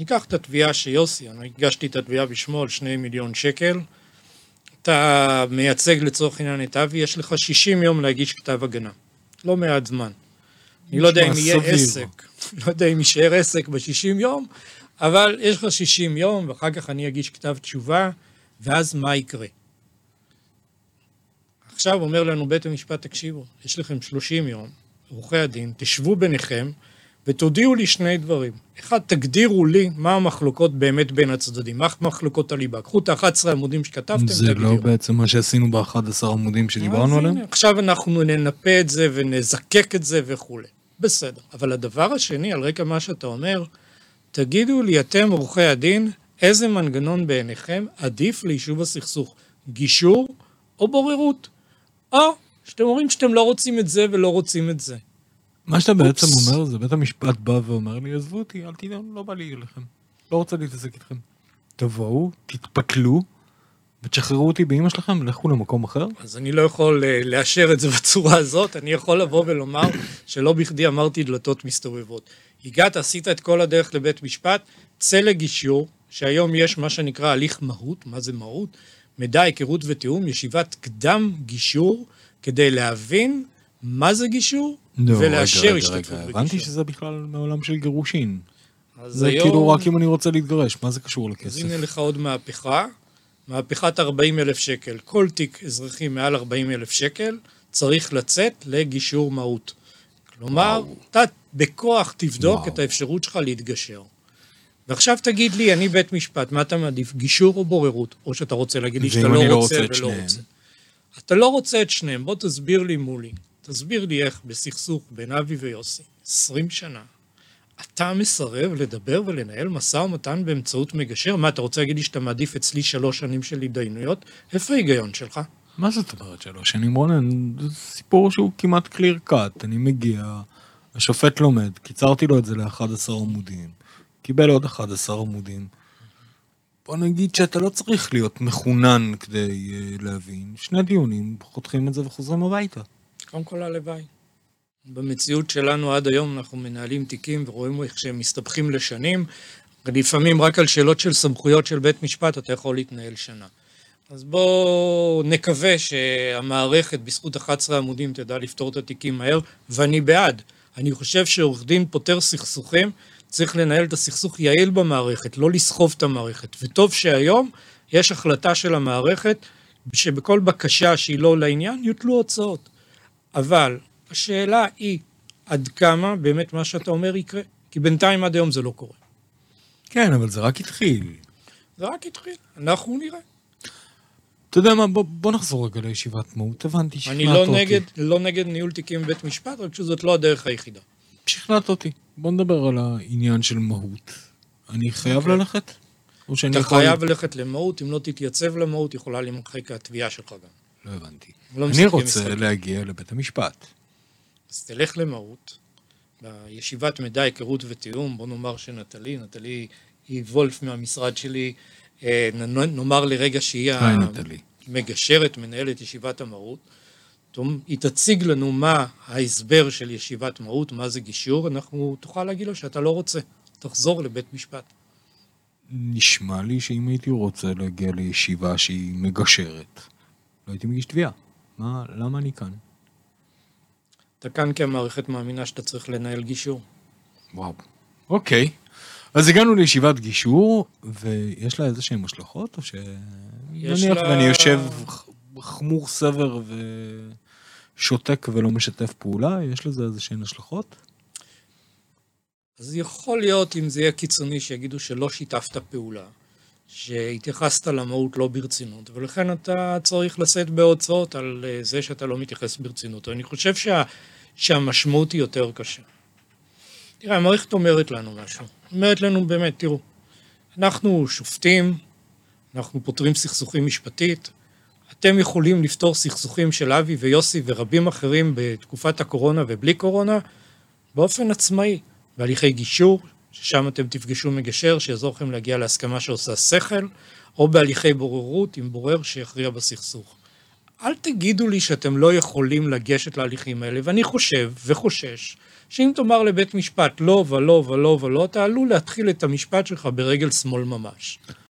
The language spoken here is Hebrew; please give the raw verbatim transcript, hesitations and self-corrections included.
ניקח את התביעה שיוסי, אני הגשתי את התביעה בשמו על שני מיליון שקל, אתה מייצג לצורך עניין את אבי, יש לך שישים יום להגיש כתב הגנה. לא מעט זמן. אני לא יודע אם יהיה עסק, לא יודע אם יישאר עסק ב-שישים יום, אבל יש לך שישים יום, ואחר כך אני אגיש כתב תשובה, ואז מה יקרה? עכשיו אומר לנו בית המשפט, תקשיבו, יש לכם שלושים יום, עורכי הדין, תשבו ביניכם, ותודיעו לי שני דברים. אחד, תגדירו לי מה המחלוקות באמת בין הצדדים, מה המחלוקות הליבה. קחו את ה-אחד עשר עמודים שכתבתם, זה תגדירו. לא בעצם מה שעשינו ב-אחד עשר עמודים שדיברנו עליהם? עכשיו אנחנו ננפה את זה ונזקק את זה וכו'. בסדר. אבל הדבר השני, על רקע מה שאתה אומר, תגידו לי אתם, עורכי הדין, איזה מנגנון בעיניכם עדיף ליישוב הסכסוך, גישור או בוררות? או שאתם אומרים שאתם לא רוצים את זה ולא רוצים את זה. מה שאתה בעצם אומר, זה בית המשפט בא ואומר לי, עזבו אותי, אל תדעו, לא בא לי אליכם. לא רוצה להתעסק איתכם. תבואו, תתפתלו, ותשחררו אותי באמא שלכם, לכו למקום אחר. אז אני לא יכול לאשר את זה בצורה הזאת, אני יכול לבוא ולומר שלא בכדי אמרתי דלתות מסתובבות. הגעת, עשית את כל הדרך לבית משפט, צא לגישור, שהיום יש מה שנקרא הליך מהות, מה זה מהות? מידע, היכרות ותיאום, ישיבת קדם גישור, כדי להבין מה זה גישור, ולאשר השתתפות בגישור. הבנתי שזה בכלל מעולם של גירושין. זה היום... כאילו רק אם אני רוצה להתגרש, מה זה קשור לכסף? אז הנה לך עוד מהפכה, מהפכת ארבעים אלף שקל. כל תיק אזרחי מעל ארבעים אלף שקל צריך לצאת לגישור מהות. כלומר, וואו. אתה בכוח תבדוק וואו. את האפשרות שלך להתגשר. ועכשיו תגיד לי, אני בית משפט, מה אתה מעדיף, גישור או בוררות? או שאתה רוצה להגיד לי שאתה לא רוצה, רוצה ולא שניהם. רוצה. אתה לא רוצה את שניהם, בוא תסביר לי מולי. תסביר לי איך בסכסוך בין אבי ויוסי, עשרים שנה, אתה מסרב לדבר ולנהל משא ומתן באמצעות מגשר? מה, אתה רוצה להגיד לי שאתה מעדיף אצלי שלוש שנים של התדיינויות? איפה ההיגיון שלך? מה זאת אומרת שלוש שנים, רונן? זה סיפור שהוא כמעט קליר קאט. אני מגיע, השופט לומד, קיצרתי לו את זה ל-אחד עשר עמודים, קיבל עוד אחד עשר עמודים. בוא נגיד שאתה לא צריך להיות מחונן כדי uh, להבין. שני דיונים, חותכים את זה וחוזרים הביתה. קודם כל הלוואי. במציאות שלנו עד היום אנחנו מנהלים תיקים ורואים איך שהם מסתבכים לשנים, ולפעמים רק על שאלות של סמכויות של בית משפט אתה יכול להתנהל שנה. אז בואו נקווה שהמערכת בזכות אחד עשר עמודים תדע לפתור את התיקים מהר, ואני בעד. אני חושב שעורך דין פותר סכסוכים, צריך לנהל את הסכסוך יעיל במערכת, לא לסחוב את המערכת. וטוב שהיום יש החלטה של המערכת, שבכל בקשה שהיא לא לעניין יוטלו הוצאות. אבל השאלה היא, עד כמה באמת מה שאתה אומר יקרה? כי בינתיים עד היום זה לא קורה. כן, אבל זה רק התחיל. זה רק התחיל, אנחנו נראה. אתה יודע מה, בוא, בוא נחזור רגע לישיבת מהות, הבנתי, שכנעת אותי. אני לא אותי. נגד, לא נגד ניהול תיקים בבית משפט, רק שזאת לא הדרך היחידה. שכנעת אותי. בוא נדבר על העניין של מהות. אני חייב okay. ללכת? או שאני אתה יכול... חייב ללכת למהות, אם לא תתייצב למהות, יכולה למחק התביעה שלך גם. לא הבנתי. לא אני רוצה משחקים. להגיע לבית המשפט. אז תלך למהות, בישיבת מידע, היכרות ותיאום, בוא נאמר שנטלי, נטלי היא וולף מהמשרד שלי, נאמר לרגע שהיא המגשרת, מנהלת ישיבת המהות, היא תציג לנו מה ההסבר של ישיבת מהות, מה זה גישור, אנחנו תוכל להגיד לו שאתה לא רוצה, תחזור לבית משפט. נשמע לי שאם הייתי רוצה להגיע לישיבה שהיא מגשרת, לא הייתי מגיש תביעה. מה, למה אני כאן? אתה כאן כי המערכת מאמינה שאתה צריך לנהל גישור. וואו, אוקיי. אז הגענו לישיבת גישור, ויש לה איזה שהן השלכות, או ש... נניח לה... ואני יושב חמור סבר ושותק ולא משתף פעולה, יש לזה איזה שהן השלכות? אז יכול להיות, אם זה יהיה קיצוני, שיגידו שלא שיתפת פעולה, שהתייחסת למהות לא ברצינות, ולכן אתה צריך לשאת בהוצאות על זה שאתה לא מתייחס ברצינות. אני חושב שה, שהמשמעות היא יותר קשה. תראה, המערכת אומרת לנו משהו. אומרת לנו באמת, תראו, אנחנו שופטים, אנחנו פותרים סכסוכים משפטית, אתם יכולים לפתור סכסוכים של אבי ויוסי ורבים אחרים בתקופת הקורונה ובלי קורונה, באופן עצמאי, בהליכי גישור, ששם אתם תפגשו מגשר שיעזור לכם להגיע להסכמה שעושה שכל, או בהליכי בוררות עם בורר שיכריע בסכסוך. אל תגידו לי שאתם לא יכולים לגשת להליכים האלה, ואני חושב וחושש, שאם תאמר לבית משפט לא ולא ולא ולא, אתה עלול להתחיל את המשפט שלך ברגל שמאל ממש.